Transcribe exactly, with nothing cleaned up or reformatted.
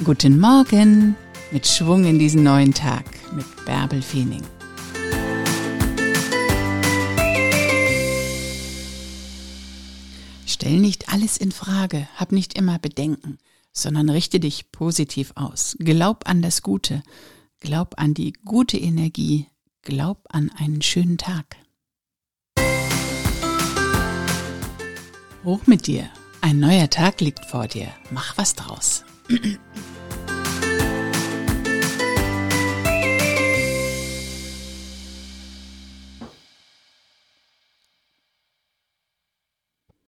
Guten Morgen mit Schwung in diesen neuen Tag mit Bärbel Feening. Stell nicht alles in Frage, hab nicht immer Bedenken, sondern richte dich positiv aus. Glaub an das Gute, glaub an die gute Energie, glaub an einen schönen Tag. Hoch mit dir, ein neuer Tag liegt vor dir, mach was draus.